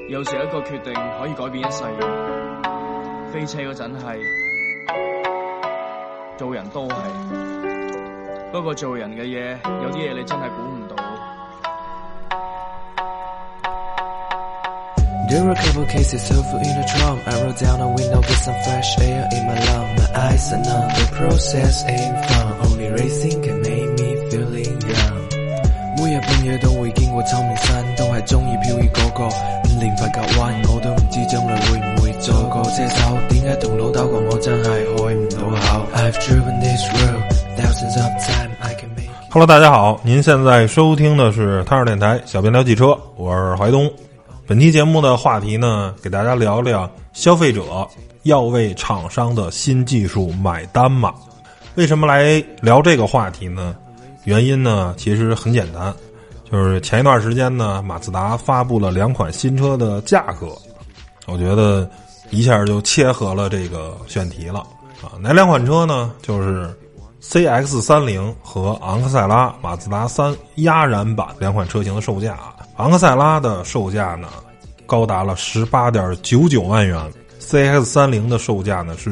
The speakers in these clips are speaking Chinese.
有時一個決定可以改變一世嘅。飛車嗰陣係，做人都係。不過做人嘅嘢，有啲嘢你真係估唔到。 There are a couple cases of in a drum. I roll down a window, get some fresh air in my lung. My eyes are numb, the process ain't fun. Only racing can make me feeling young. 每日半夜都會經過秋名山，都係鍾意飄逸嗰個。5年髮夾彎，我都唔知將來會唔會做個車手。點解同老豆講我真係開唔到口 ？I've driven this road thousands of times, I can make. Hello， 大家好，您现在收听的是汤尔电台小编聊汽车，我是怀东。本期节目的话题呢，给大家聊聊消费者要为厂商的新技术买单吗？为什么来聊这个话题呢？原因呢，其实很简单，就是前一段时间呢，马自达发布了2款新车的价格，我觉得一下就切合了这个选题了啊。哪2款车呢？就是 CX-30 和昂克赛拉马自达3压燃版2款车型的售价。昂克赛拉的售价呢高达了 18.99 万元， CX-30 的售价呢是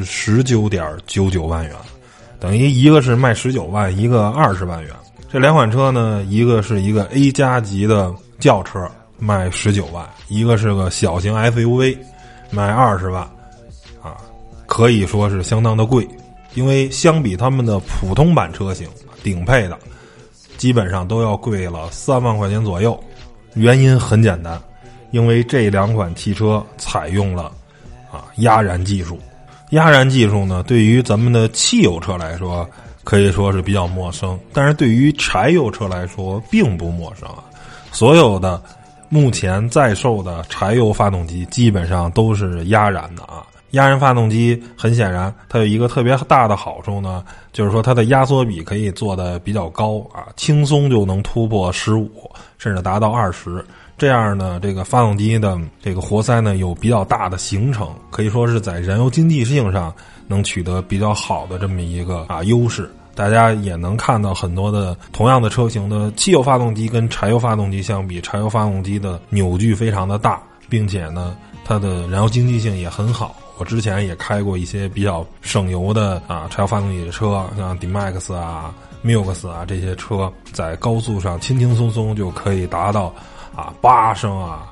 19.99 万元，等于一个是卖19万，一个20万元。这2款车呢，一个是一个 A 加级的轿车卖19万，一个是个小型 SUV 卖20万啊，可以说是相当的贵。因为相比他们的普通版车型顶配的基本上都要贵了3万块钱左右。原因很简单，因为这2款汽车采用了压燃技术。压燃技术呢，对于咱们的汽油车来说可以说是比较陌生，但是对于柴油车来说并不陌生啊。所有的目前在售的柴油发动机基本上都是压燃的啊。压燃发动机很显然它有一个特别大的好处呢，就是说它的压缩比可以做得比较高啊，轻松就能突破15甚至达到20。这样呢，这个发动机的这个活塞呢有比较大的行程，可以说是在燃油经济性上能取得比较好的这么一个优势。大家也能看到很多的同样的车型的汽油发动机跟柴油发动机相比，柴油发动机的扭矩非常的大，并且呢它的燃油经济性也很好。我之前也开过一些比较省油的柴油发动机的车，像 D-Max 啊 Mux 啊，这些车在高速上轻轻松松就可以达到8升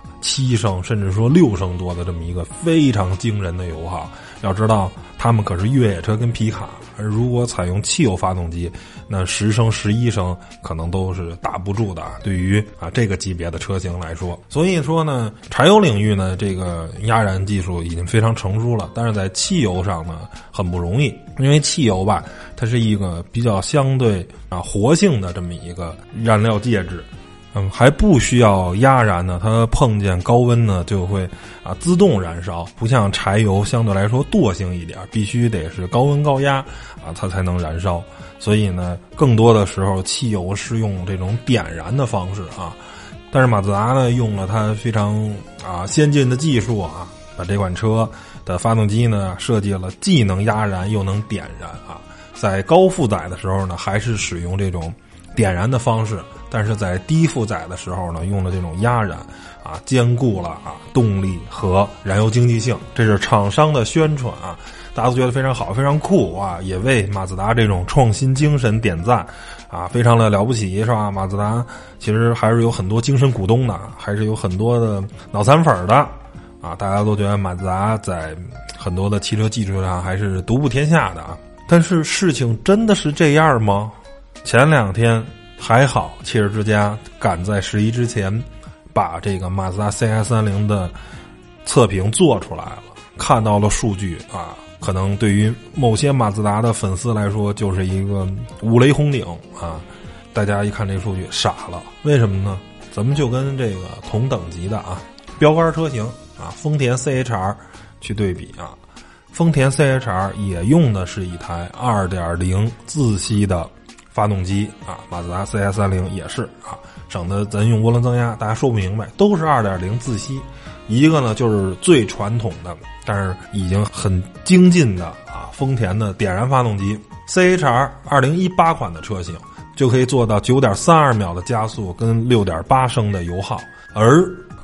7升甚至说6升多的这么一个非常惊人的油耗。要知道他们可是越野车跟皮卡，而如果采用汽油发动机，那10升11升可能都是打不住的，对于这个级别的车型来说。所以说呢，柴油领域呢，这个压燃技术已经非常成熟了，但是在汽油上呢很不容易，因为汽油吧它是一个比较相对活性的这么一个燃料介质，还不需要压燃呢，它碰见高温呢就会自动燃烧，不像柴油相对来说惰性一点，必须得是高温高压它才能燃烧。所以呢，更多的时候汽油是用这种点燃的方式但是马自达呢用了它非常先进的技术把这款车的发动机呢设计了既能压燃又能点燃在高负载的时候呢还是使用这种点燃的方式，但是在低负载的时候呢用了这种压燃兼顾了动力和燃油经济性。这是厂商的宣传大家都觉得非常好非常酷也为马自达这种创新精神点赞非常的了不起，是吧？马自达其实还是有很多精神股东的，还是有很多的脑残粉的大家都觉得马自达在很多的汽车技术上还是独步天下的但是事情真的是这样吗？前2天还好，汽车之家赶在11之前把这个马自达 CX-30 的测评做出来了，看到了数据可能对于某些马自达的粉丝来说就是一个五雷轰顶大家一看这数据傻了，为什么呢？咱们就跟这个同等级的标杆车型丰田 CHR 去对比丰田 CHR 也用的是一台 2.0 自吸的发动机马自达 CX-30 也是省得咱用涡轮增压大家说不明白，都是 2.0 自吸。一个呢就是最传统的但是已经很精进的丰田的点燃发动机 CHR 2018款的车型就可以做到 9.32 秒的加速跟 6.8 升的油耗，而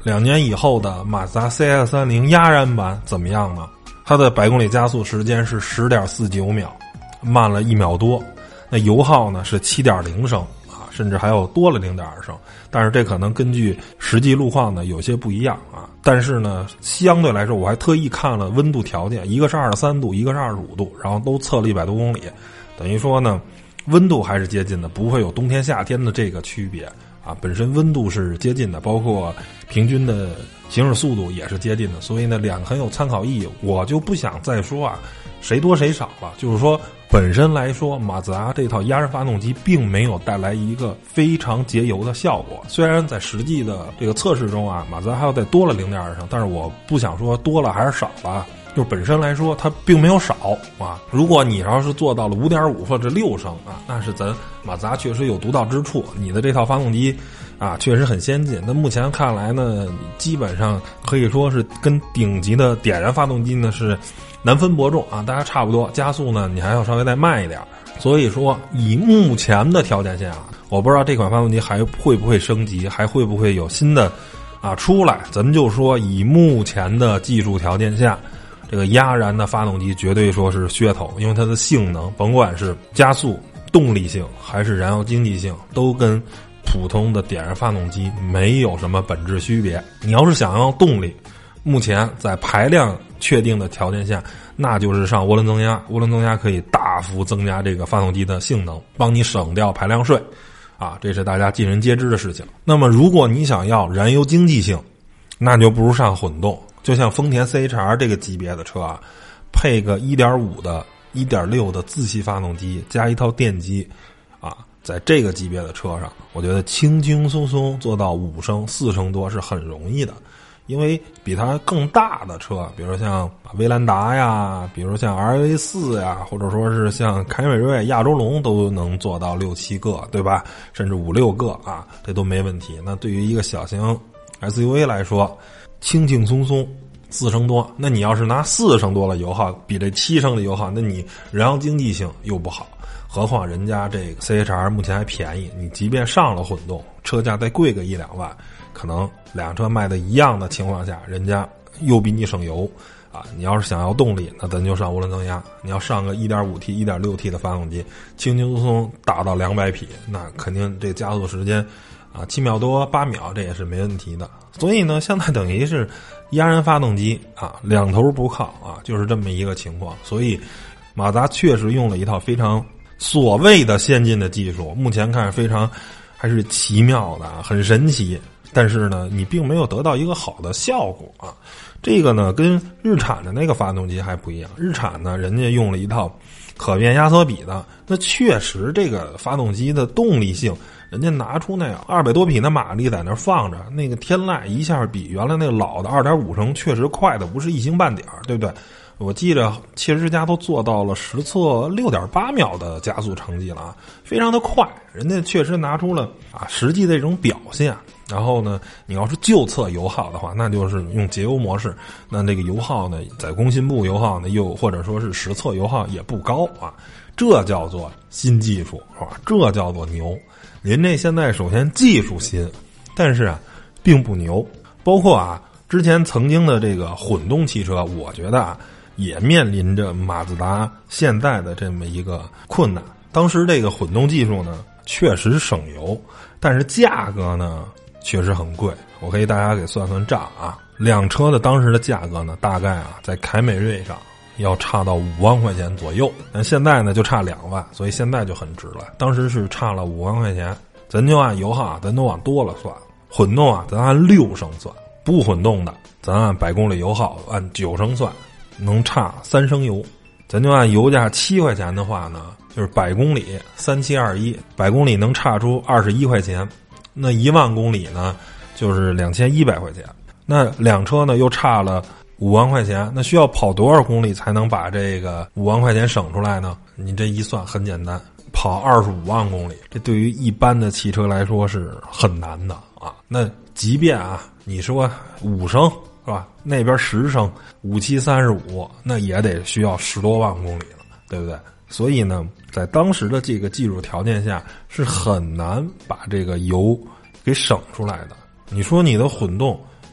2年以后的马自达 CX-30 压燃版怎么样呢？它的百公里加速时间是 10.49 秒，慢了1秒多。那油耗呢是 7.0 升啊，甚至还有多了 0.2 升。但是这可能根据实际路况呢有些不一样啊。但是呢，相对来说我还特意看了温度条件，一个是23度，一个是25度，然后都测了100多公里，等于说呢温度还是接近的，不会有冬天夏天的这个区别啊。本身温度是接近的，包括平均的行驶速度也是接近的，所以呢两个很有参考意义。我就不想再说啊谁多谁少了，就是说本身来说马自达这套压燃发动机并没有带来一个非常节油的效果，虽然在实际的这个测试中啊马自达还要再多了 0.2 升，但是我不想说多了还是少了，就是本身来说它并没有少啊。如果你要是做到了 5.5 或者6升啊，那是咱马自达确实有独到之处，你的这套发动机啊确实很先进。那目前看来呢，基本上可以说是跟顶级的点燃发动机呢是难分伯仲啊，大家差不多，加速呢你还要稍微再慢一点。所以说以目前的条件下，我不知道这款发动机还会不会升级，还会不会有新的啊出来。咱们就说以目前的技术条件下，这个压燃的发动机绝对说是噱头，因为它的性能甭管是加速、动力性还是燃油经济性，都跟普通的点燃发动机没有什么本质区别。你要是想要动力，目前在排量确定的条件下，那就是上涡轮增压，涡轮增压可以大幅增加这个发动机的性能，帮你省掉排量税啊，这是大家尽人皆知的事情。那么如果你想要燃油经济性，那就不如上混动，就像丰田 CHR 这个级别的车啊，配个 1.5 的 1.6 的自吸发动机加一套电机啊，在这个级别的车上，我觉得轻轻松松做到5升4升多是很容易的。因为比它更大的车，比如像威兰达呀，比如像 RAV4 呀，或者说是像凯美瑞、亚洲龙都能做到6、7个，对吧？甚至5、6个啊，这都没问题。那对于一个小型 SUV 来说，轻轻松松4升多，那你要是拿4升多的油耗比这7升的油耗，那你燃油经济性又不好。何况人家这个 CHR 目前还便宜，你即便上了混动，车价再贵个1、2万，可能两车卖的一样的情况下，人家又比你省油啊！你要是想要动力，那咱就上涡轮增压。你要上个 1.5T、1.6T 的发动机，轻轻松松打到200匹，那肯定这加速时间啊7秒多8秒，这也是没问题的。所以呢，现在等于是压燃发动机啊两头不靠啊，就是这么一个情况。所以马自达确实用了一套非常所谓的先进的技术，目前看非常还是奇妙的，很神奇。但是呢，你并没有得到一个好的效果啊。这个呢，跟日产的那个发动机还不一样。日产呢，人家用了一套可变压缩比的，那确实这个发动机的动力性，人家拿出那200多匹的马力在那放着，那个天籁一下比原来那个老的 2.5 升确实快的不是一星半点，对不对？我记着汽车之家都做到了实测 6.8 秒的加速成绩了啊，非常的快，人家确实拿出了啊实际的这种表现。然后呢，你要是就测油耗的话，那就是用节油模式，那这个油耗呢，在工信部油耗呢，又或者说是实测油耗也不高啊，这叫做新技术是吧？这叫做牛。您这现在首先技术新，但是啊，并不牛。包括啊，之前曾经的这个混动汽车，我觉得啊，也面临着马自达现在的这么一个困难。当时这个混动技术呢，确实省油，但是价格呢，确实很贵。我可以大家给算算账啊，两车的当时的价格呢，大概啊，在凯美瑞上要差到5万块钱左右，但现在呢就差2万，所以现在就很值了。当时是差了5万块钱，咱就按油耗啊，咱都往多了算。混动啊，咱按6升算；不混动的，咱按百公里油耗按9升算，能差3升油。咱就按油价7块钱的话呢，就是百公里3721，百公里能差出21块钱。那1万公里呢，就是2100块钱。那两车呢又差了5万块钱，那需要跑多少公里才能把这个5万块钱省出来呢？你这一算很简单，跑25万公里，这对于一般的汽车来说是很难的啊。那即便啊，你说5升是吧？那边10升，5、7、35，那也得需要10多万公里了，对不对？所以呢，在当时的这个技术条件下，是很难把这个油给省出来的。你说你的混动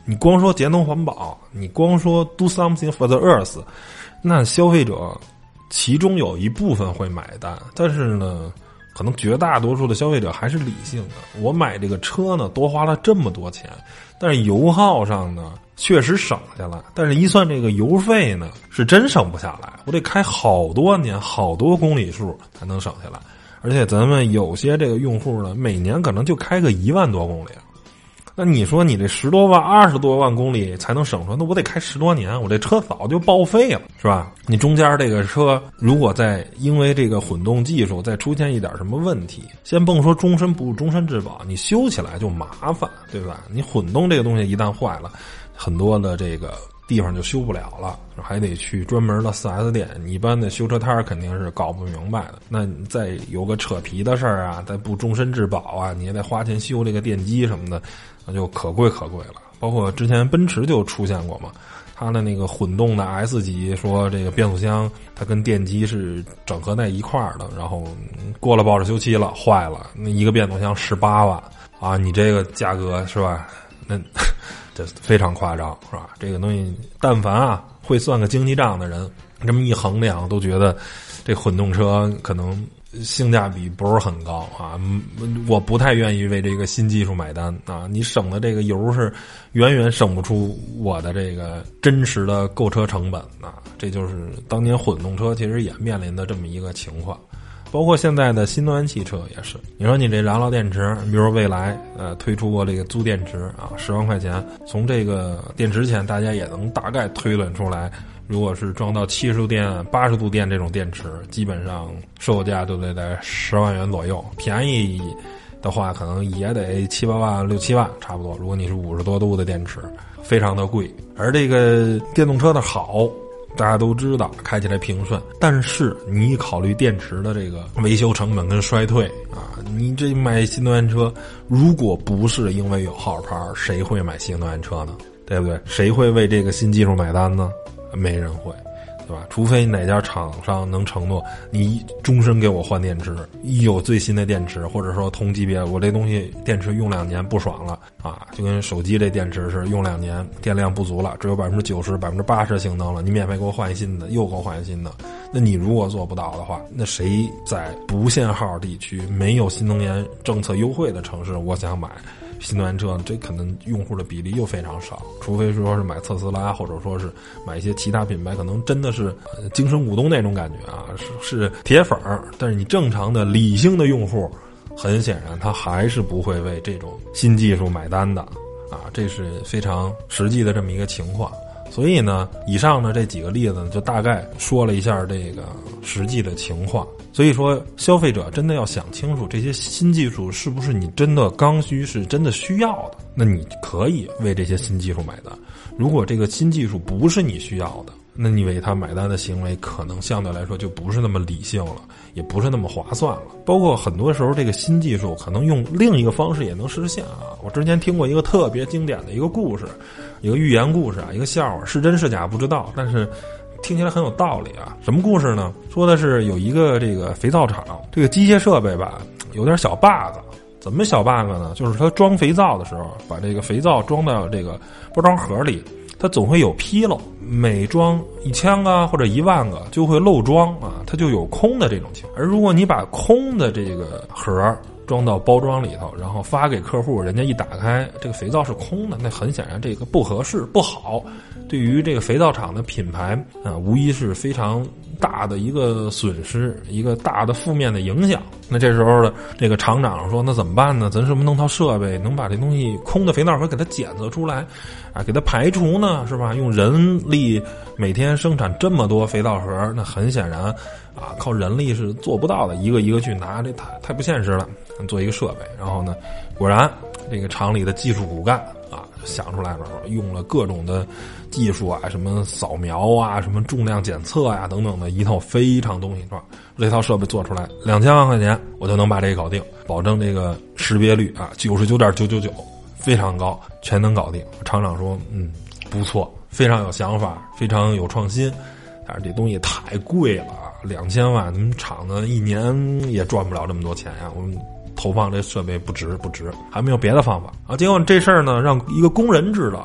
你光说节能环保，你光说 do something for the earth， 那消费者其中有一部分会买单，但是呢可能绝大多数的消费者还是理性的。我买这个车呢多花了这么多钱，但是油耗上呢确实省下来，但是一算这个油费呢是真省不下来，我得开好多年好多公里数才能省下来。而且咱们有些这个用户呢每年可能就开个1万多公里，那你说你这10多万20多万公里才能省出来，那我得开10多年，我这车早就报废了，是吧？你中间这个车如果再因为这个混动技术再出现一点什么问题，先甭说终身不终身质保，你修起来就麻烦，对吧？你混动这个东西一旦坏了，很多的这个地方就修不了了，还得去专门的 4S 店，你一般的修车摊肯定是搞不明白的。那你再有个扯皮的事儿啊，再不终身质保啊，你也得花钱修这个电机什么的，那就可贵可贵了。包括之前奔驰就出现过嘛，它的那个混动的 S 级，说这个变速箱它跟电机是整合在一块儿的，然后过了保质修期了，坏了，那一个变速箱18万啊，你这个价格是吧？那这非常夸张，是吧？这个东西，但凡啊会算个经济账的人，这么一衡量，都觉得这混动车可能性价比不是很高啊。我不太愿意为这个新技术买单啊。你省的这个油是远远省不出我的这个真实的购车成本啊。这就是当年混动车其实也面临的这么一个情况。包括现在的新能源汽车也是，你说你这燃料电池，比如蔚来推出过这个租电池啊，10万块钱，从这个电池钱大家也能大概推论出来，如果是装到70度电、80度电这种电池，基本上售价都得在10万元左右，便宜的话可能也得7、8万、6、7万差不多。如果你是50多度的电池，非常的贵。而这个电动车的好，大家都知道开起来平顺，但是你一考虑电池的这个维修成本跟衰退啊，你这买新能源车，如果不是因为有号牌，谁会买新能源车呢？对不对？谁会为这个新技术买单呢？没人会，对吧？除非哪家厂商能承诺你终身给我换电池，一有最新的电池，或者说同级别，我这东西电池用2年不爽了啊，就跟手机这电池是用2年电量不足了，只有90%、80%性能了，你免费给我换一新的，又给我换一新的。那你如果做不到的话，那谁在不限号地区没有新能源政策优惠的城市，我想买新能源车，这可能用户的比例又非常少，除非说是买特斯拉，或者说是买一些其他品牌，可能真的是精神股东那种感觉啊，是铁粉儿。但是你正常的理性的用户，很显然他还是不会为这种新技术买单的啊，这是非常实际的这么一个情况。所以呢，以上的这几个例子呢，就大概说了一下这个实际的情况。所以说，消费者真的要想清楚，这些新技术是不是你真的刚需，是真的需要的，那你可以为这些新技术买单。如果这个新技术不是你需要的，那你为它买单的行为可能相对来说就不是那么理性了，也不是那么划算了。包括很多时候这个新技术可能用另一个方式也能实现啊。我之前听过一个特别经典的一个故事，一个寓言故事啊，一个笑话，是真是假不知道，但是听起来很有道理啊。什么故事呢？说的是有一个这个肥皂厂，这个机械设备吧有点小 bug。怎么小 bug 呢？就是它装肥皂的时候，把这个肥皂装到这个包装盒里，它总会有纰漏，每装1000个或者1万个就会漏装啊，它就有空的这种情况。而如果你把空的这个盒装到包装里头，然后发给客户，人家一打开这个肥皂是空的，那很显然这个不合适不好，对于这个肥皂厂的品牌啊，无疑是非常大的一个损失，一个大的负面的影响。那这时候的这个厂长说，那怎么办呢？咱是不是弄套设备能把这东西空的肥皂盒给它检测出来啊，给它排除呢，是吧？用人力每天生产这么多肥皂盒，那很显然啊，靠人力是做不到的，一个一个去拿，这太不现实了。做一个设备，然后呢，果然这个厂里的技术骨干啊想出来了，用了各种的技术啊，什么扫描啊，什么重量检测啊等等的一套非常东西，是吧？这套设备做出来2000万块钱，我就能把这个搞定，保证这个识别率啊99.999%，非常高，全能搞定。厂长说，不错，非常有想法，非常有创新，但是这东西太贵了，2000万，咱们厂子一年也赚不了这么多钱呀，我们投放这设备不值，还没有别的方法啊。结果这事儿呢，让一个工人知道了，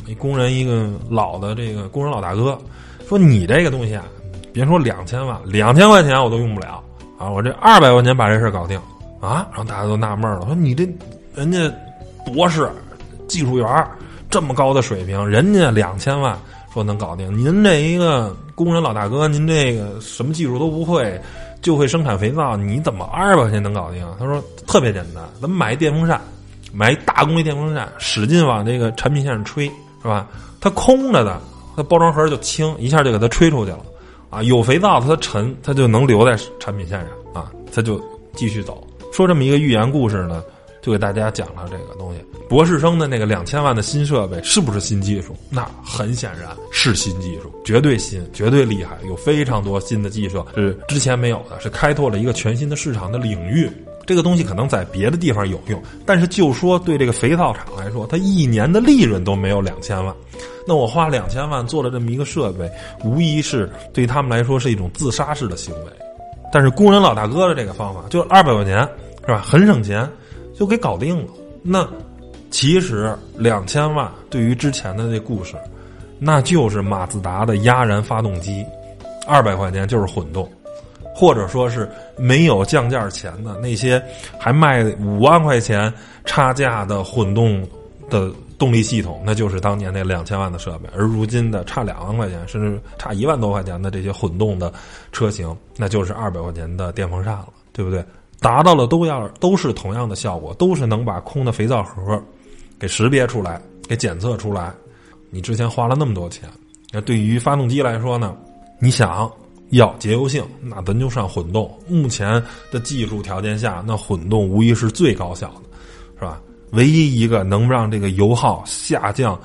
工人一个老的这个工人老大哥说：“你这个东西啊，别说2000万，2000块钱我都用不了啊！我这200块钱把这事搞定啊！”然后大家都纳闷了，说：“你这人家博士、技术员这么高的水平，人家2000万说能搞定，您这一个工人老大哥，您这个什么技术都不会，就会生产肥皂，你怎么200块钱能搞定？”他说：“特别简单，咱们买一电风扇。”买大功率电风扇，使劲往这个产品线上吹，是吧？它空着的，它包装盒就轻，一下就给它吹出去了，啊，有肥皂它沉，它就能留在产品线上，啊，它就继续走。说这么一个寓言故事呢，就给大家讲了这个东西。博士生的那个2000万的新设备是不是新技术？那很显然是新技术，绝对新，绝对厉害，有非常多新的技术是之前没有的，是开拓了一个全新的市场的领域。这个东西可能在别的地方有用，但是就说对这个肥皂厂来说，它一年的利润都没有2000万。那我花2000万做了这么一个设备，无疑是对他们来说是一种自杀式的行为。但是工人老大哥的这个方法，就200块钱，是吧？很省钱，就给搞定了。那其实2000万对于之前的这故事，那就是马自达的压燃发动机，200块钱就是混动。或者说是没有降价钱的那些还卖5万块钱差价的混动的动力系统，那就是当年那2000万的设备。而如今的差2万块钱甚至差1万多块钱的这些混动的车型，那就是200块钱的电风扇了，对不对？达到了都是同样的效果，都是能把空的肥皂盒给识别出来，给检测出来。你之前花了那么多钱，那对于发动机来说呢，你想要节油性，那咱就上混动。目前的技术条件下，那混动无疑是最高效的，是吧？唯一一个能让这个油耗下降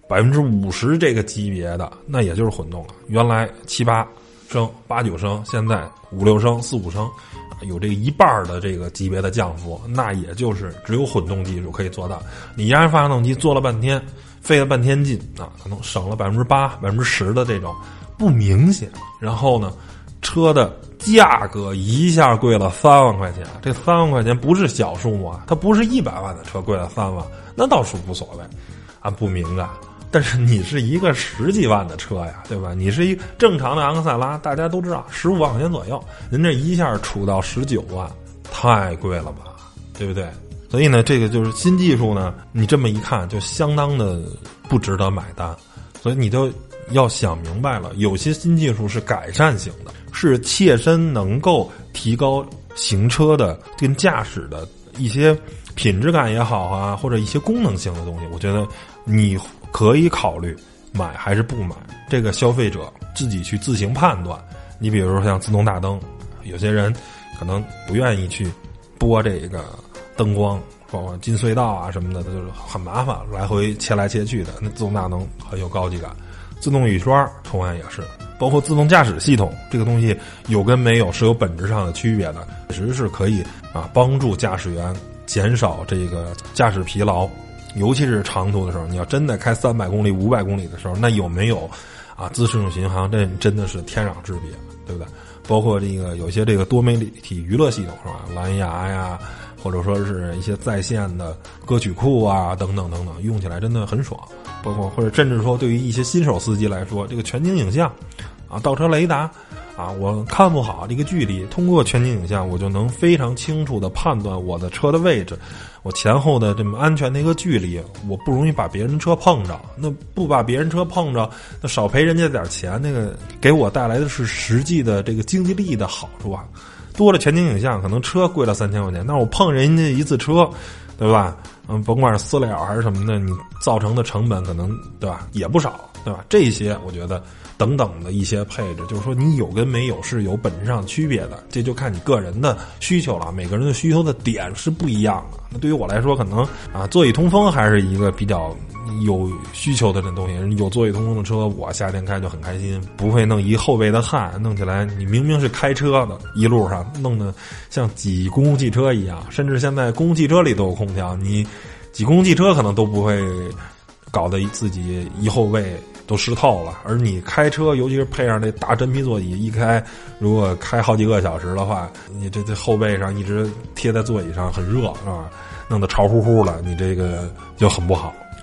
50%这个级别的，那也就是混动了。原来7、8升、8、9升，现在5、6升、4、5升，有这一半的这个级别的降幅，那也就是只有混动技术可以做到。你压燃发动机做了半天，费了半天劲啊，可能省了8%、10%的这种。不明显，然后呢，车的价格一下贵了3万块钱。这3万块钱不是小数目啊，它不是100万的车贵了3万，那倒是无所谓，啊，不敏感。但是你是一个10几万的车呀，对吧？你是一正常的昂克赛拉，大家都知道15万块钱左右，人这一下出到19万，太贵了吧，对不对？所以呢，这个就是新技术呢，你这么一看就相当的不值得买单。所以你都要想明白了，有些新技术是改善型的，是切身能够提高行车的跟驾驶的一些品质感也好啊，或者一些功能性的东西，我觉得你可以考虑买还是不买，这个消费者自己去自行判断。你比如说像自动大灯，有些人可能不愿意去拨这个灯光，包括进隧道啊什么的，就是很麻烦，来回切来切去的。那自动大灯很有高级感，自动雨刷同样也是，包括自动驾驶系统这个东西有跟没有是有本质上的区别的，其实是可以帮助驾驶员减少这个驾驶疲劳，尤其是长途的时候，你要真的开300公里、500公里的时候，那有没有自适应巡航，这真的是天壤之别，对不对？包括这个有些这个多媒体娱乐系统是吧，蓝牙呀，或者说是一些在线的歌曲库啊，等等等等，用起来真的很爽。包括或者甚至说对于一些新手司机来说，这个全景影像倒车雷达我看不好这个距离，通过全景影像我就能非常清楚的判断我的车的位置，我前后的这么安全的一个距离，我不容易把别人车碰着。那不把别人车碰着，那少赔人家点钱，那个给我带来的是实际的这个经济利益的好处啊。多了全景影像，可能车贵了3000块钱，但是我碰人家一次车，对吧？甭管是私了还是什么的，你造成的成本可能，对吧，也不少，对吧？这些我觉得等等的一些配置，就是说你有跟没有是有本质上区别的，这就看你个人的需求了，每个人的需求的点是不一样的。那对于我来说，可能座椅通风还是一个比较有需求的这东西。有座椅通风的车，我夏天开就很开心，不会弄一后背的汗，弄起来你明明是开车的，一路上弄得像挤公共汽车一样，甚至现在公共汽车里都有空调，你挤公共汽车可能都不会搞得自己一后背都湿透了。而你开车，尤其是配上这大真皮座椅一开，如果开好几个小时的话，你这后背上一直贴在座椅上很热，是吧？弄得潮乎乎了，你这个就很不好。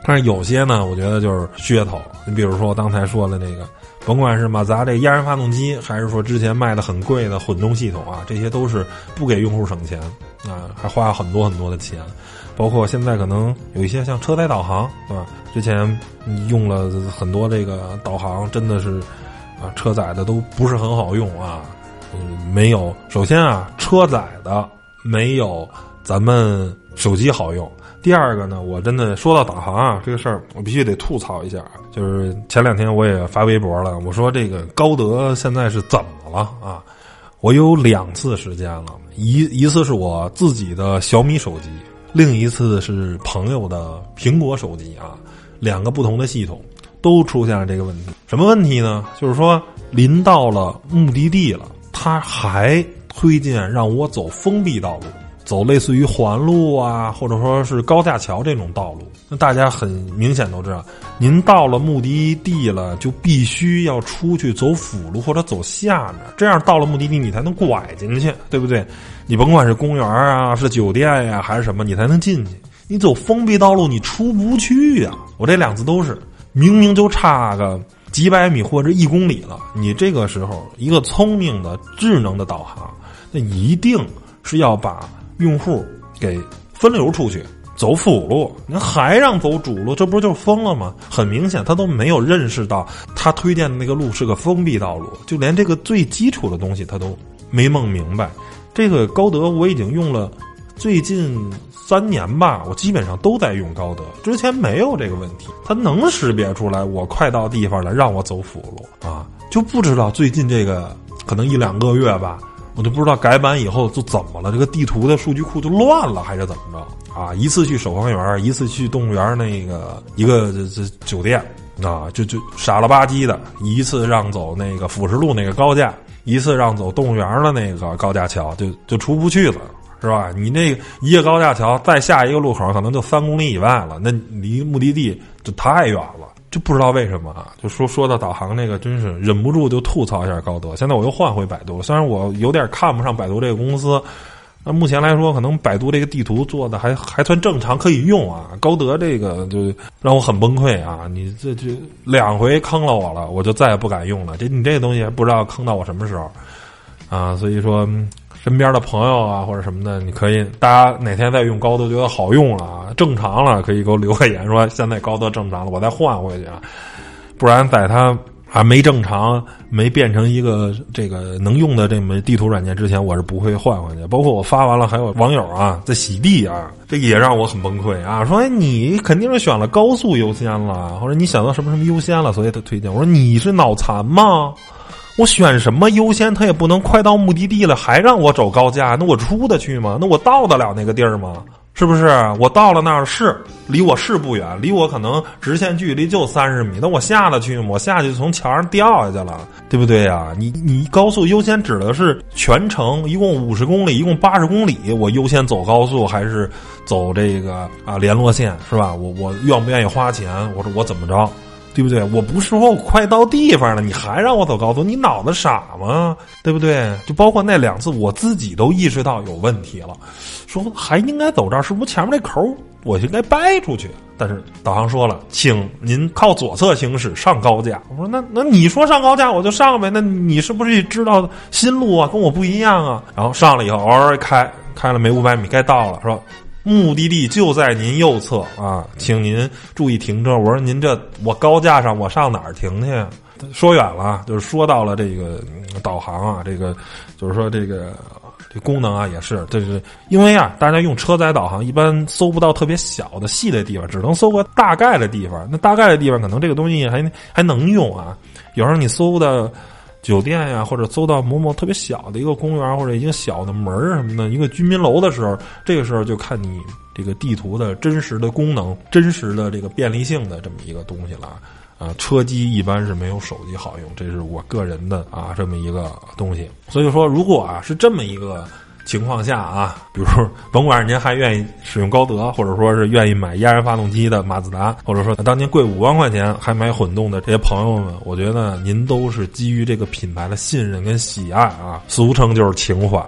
但是有些呢，我觉得就是噱头。你比如说我刚才说的那个，甭管是马自达这压燃发动机，还是说之前卖的很贵的混动系统啊，这些都是不给用户省钱啊，还花很多很多的钱。包括现在可能有一些像车载导航，对吧？之前用了很多这个导航，真的是啊，车载的都不是很好用啊。没有，首先啊，车载的没有咱们手机好用。第二个呢，我真的说到导航啊这个事儿，我必须得吐槽一下。就是前2天我也发微博了，我说这个高德现在是怎么了啊？我有2次时间了，一次是我自己的小米手机，另一次是朋友的苹果手机啊，2个不同的系统都出现了这个问题。什么问题呢？就是说临到了目的地了，他还推荐让我走封闭道路，走类似于环路啊，或者说是高架桥这种道路。那大家很明显都知道，您到了目的地了，就必须要出去走辅路或者走下面，这样到了目的地你才能拐进去，对不对？你甭管是公园啊，是酒店呀，还是什么，你才能进去。你走封闭道路你出不去呀。我这2次都是，明明就差个几百米或者1公里了，你这个时候一个聪明的智能的导航，那一定是要把用户给分流出去，走辅路，您还让走主路，这不是就疯了吗？很明显他都没有认识到他推荐的那个路是个封闭道路，就连这个最基础的东西他都没弄明白。这个高德我已经用了最近3年吧，我基本上都在用高德，之前没有这个问题，它能识别出来我快到地方了让我走辅路啊，就不知道最近这个可能1-2个月吧，我就不知道改版以后就怎么了，这个地图的数据库就乱了还是怎么着啊？一次去守望园，一次去动物园那个一个这酒店啊，就傻了吧唧的，一次让走那个辅食路那个高架，一次让走动物园的那个高架桥，就出不去了。是吧？你那一个高架桥再下一个路口可能就3公里以外了，那离目的地就太远了，就不知道为什么啊。就说到导航那个，真是忍不住就吐槽一下高德。现在我又换回百度了，虽然我有点看不上百度这个公司，那目前来说可能百度这个地图做的还算正常，可以用啊。高德这个就让我很崩溃啊！你这2回坑了我了，我就再也不敢用了。你这个东西还不知道坑到我什么时候啊！所以说身边的朋友啊或者什么的，你可以大家哪天再用高德觉得好用了啊，正常了，可以给我留个言说现在高德正常了，我再换回去啊。不然在它没正常没变成一个这个能用的这么地图软件之前，我是不会换回去。包括我发完了，还有网友啊在洗地啊，这个也让我很崩溃啊，说你肯定是选了高速优先了，或者你想到什么优先了，所以他推荐。我说你是脑残吗？我选什么优先，他也不能快到目的地了还让我走高架，那我出得去吗？那我到得了那个地儿吗？是不是？我到了那儿是离我是不远，离我可能直线距离就30米，那我下得去吗？我下去从桥上掉下去了，对不对呀？你高速优先指的是全程一共50公里，一共80公里，我优先走高速还是走这个联络线，是吧？我愿不愿意花钱？我说我怎么着？对不对？我不是说我快到地方了，你还让我走高速，你脑子傻吗？对不对？就包括那2次，我自己都意识到有问题了，说还应该走这儿，是不是前面这口我应该掰出去？但是导航说了，请您靠左侧行驶上高架。我说那你说上高架我就上呗，那你是不是知道新路啊？跟我不一样啊？然后上了以后，偶尔开了没500米，该到了，说目的地就在您右侧啊，请您注意停车。我说您我高架上我上哪儿停去？说远了，就是说到了这个导航啊，这个就是说这功能啊也是，就是因为啊大家用车载导航一般搜不到特别小的细的地方，只能搜个大概的地方。那大概的地方可能这个东西还能用啊，有时候你搜的酒店呀，或者搜到某特别小的一个公园或者一个小的门什么的一个居民楼的时候，这个时候就看你这个地图的真实的功能、真实的这个便利性的这么一个东西了啊。车机一般是没有手机好用，这是我个人的这么一个东西。所以说如果是这么一个情况下啊，比如说甭管您还愿意使用高德，或者说是愿意买压燃发动机的马自达，或者说当年贵5万块钱还买混动的这些朋友们，我觉得您都是基于这个品牌的信任跟喜爱啊，俗称就是情怀啊。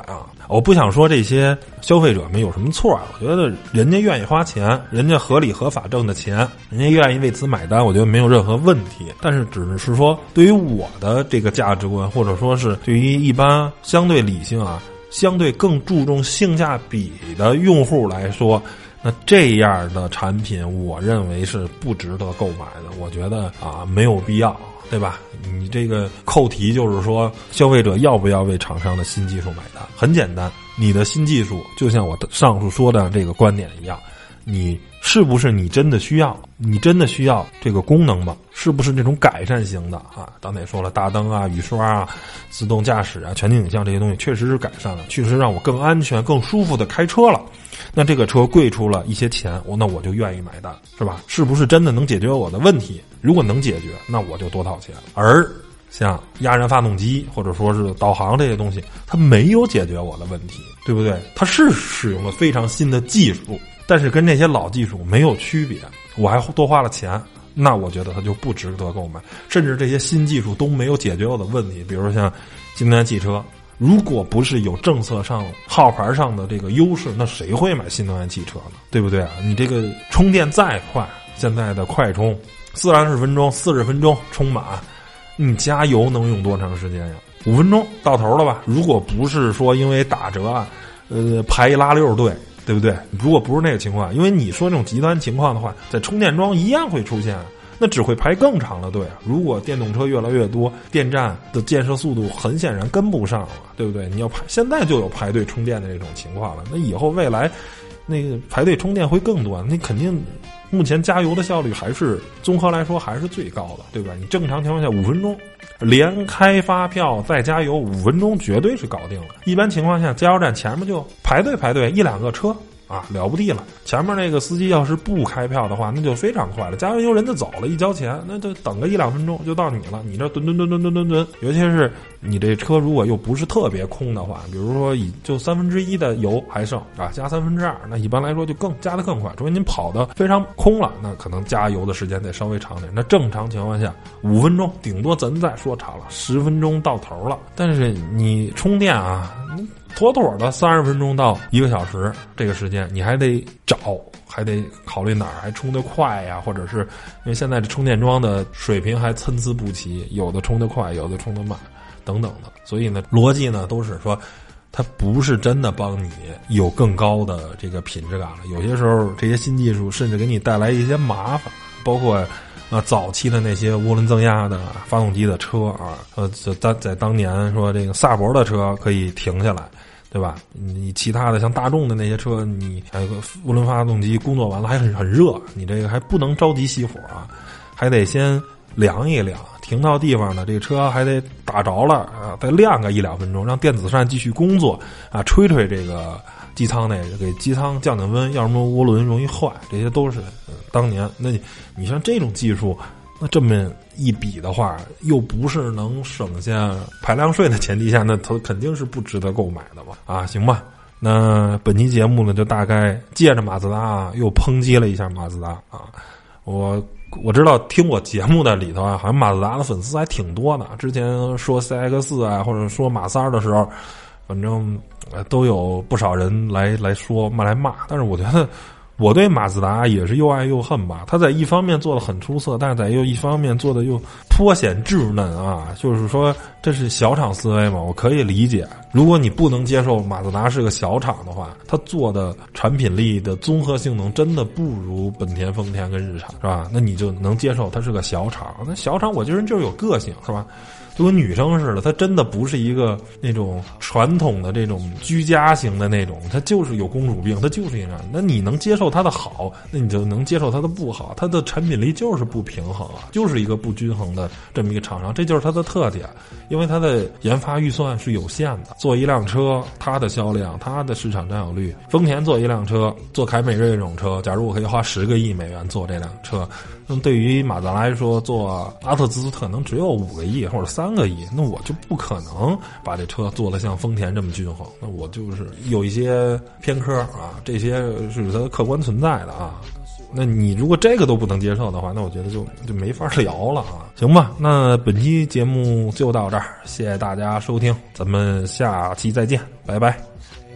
我不想说这些消费者们有什么错啊，我觉得人家愿意花钱，人家合理合法挣的钱，人家愿意为此买单，我觉得没有任何问题。但是只是说对于我的这个价值观，或者说是对于一般相对理性啊，相对更注重性价比的用户来说，那这样的产品我认为是不值得购买的。我觉得啊，没有必要，对吧？你这个扣题就是说，消费者要不要为厂商的新技术买单？很简单，你的新技术就像我上述说的这个观点一样，你是不是你真的需要？你真的需要这个功能吗？是不是这种改善型的啊？刚才也说了，大灯啊、雨刷啊、自动驾驶啊、全景影像这些东西确实是改善了，确实让我更安全、更舒服的开车了。那这个车贵出了一些钱，那我就愿意买单，是吧？是不是真的能解决我的问题？如果能解决，那我就多掏钱。而像压燃发动机或者说是导航这些东西，它没有解决我的问题，对不对？它是使用了非常新的技术，但是跟这些老技术没有区别，我还多花了钱，那我觉得它就不值得购买。甚至这些新技术都没有解决我的问题，比如说像新能源汽车，如果不是有政策上号牌上的这个优势，那谁会买新能源汽车呢？对不对啊？你这个充电再快，现在的快充40分钟、40分钟充满，你加油能用多长时间呀？5分钟到头了吧？如果不是说因为打折啊，排一拉溜队，对不对？如果不是那个情况，因为你说这种极端情况的话，在充电桩一样会出现，那只会排更长的队啊。如果电动车越来越多，电站的建设速度很显然跟不上了，对不对？你要现在就有排队充电的这种情况了，那以后未来那个排队充电会更多，那肯定目前加油的效率还是综合来说还是最高的，对吧？你正常情况下5分钟连开发票再加油5分钟绝对是搞定了。一般情况下加油站前面就排队1-2个车啊，了不地了。前面那个司机要是不开票的话，那就非常快了，加完油人就走了，一交钱那就等个1-2分钟就到你了。你这吨，尤其是你这车如果又不是特别空的话，比如说就1/3的油还剩啊，加2/3，那一般来说就加得更快。除非您跑得非常空了，那可能加油的时间得稍微长点。那正常情况下5分钟，顶多咱再说长了10分钟到头了。但是你充电啊，妥妥的30分钟到1个小时，这个时间你还得找，还得考虑哪儿还充得快呀，或者是因为现在这充电桩的水平还参差不齐，有的充得快，有的充得慢，等等的。所以呢，逻辑呢都是说，它不是真的帮你有更高的这个品质感了。有些时候这些新技术甚至给你带来一些麻烦，包括早期的那些涡轮增压的发动机的车啊，在当年说这个萨博的车可以停下来，对吧？你其他的像大众的那些车，你还有个涡轮发动机工作完了还很热，你这个还不能着急熄火啊，还得先凉一凉，停到地方呢，这个车还得打着了啊，再晾个1-2分钟，让电子扇继续工作啊，吹这个机舱那个，给机舱降降温，要什么涡轮容易坏，这些都是当年。那你像这种技术，那这么一比的话，又不是能省下排量税的前提下，那它肯定是不值得购买的嘛。啊，行吧。那本期节目呢，就大概借着马自达又抨击了一下马自达啊。我知道听我节目的里头啊，好像马自达的粉丝还挺多的。之前说 CX 啊，或者说马3的时候，反正都有不少人来说来骂。但是我觉得我对马自达也是又爱又恨吧。他在一方面做得很出色，但是在又一方面做的又颇显稚嫩啊。就是说这是小厂思维嘛，我可以理解。如果你不能接受马自达是个小厂的话，他做的产品力的综合性能真的不如本田、丰田跟日产，是吧？那你就能接受它是个小厂。那小厂我觉得就是有个性，是吧？就跟女生似的，她真的不是一个那种传统的这种居家型的那种，她就是有公主病，她就是这样。那你能接受她的好，那你就能接受她的不好。她的产品力就是不平衡啊，就是一个不均衡的这么一个厂商，这就是它的特点。因为它的研发预算是有限的，做一辆车，它的销量，它的市场占有率，丰田做一辆车，做凯美瑞这种车，假如我可以花10个亿美元做这辆车，那么对于马自达来说，做阿特兹可能只有5个亿或者3个亿，那我就不可能把这车做得像丰田这么均衡，那我就是有一些偏科啊，这些是它客观存在的啊。那你如果这个都不能接受的话，那我觉得就没法聊了啊。行吧，那本期节目就到这儿，谢谢大家收听，咱们下期再见，拜拜。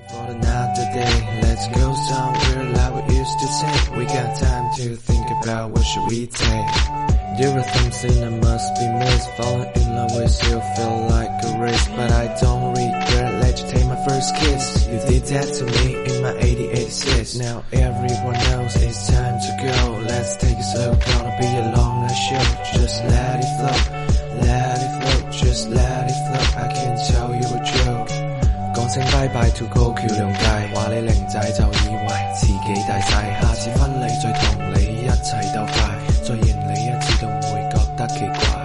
For another day, let's go somewhere like we used to take. We got time to think about what should we take. There are things in that must be missed. Falling in love with you feel like a risk, but I don't regret. Let you take my first kiss. You did that to me in my 86. Now everyone knows it's time to go. Let's take it slow, gonna be a long night show. Just let it flow, let it flow, just let it flow. I can tell you a joke. 講聲拜拜 to 高橋良介，話你靚仔就以為自己大晒，下次分離再同你一齊鬥快，再贏你一次都唔會覺得奇怪。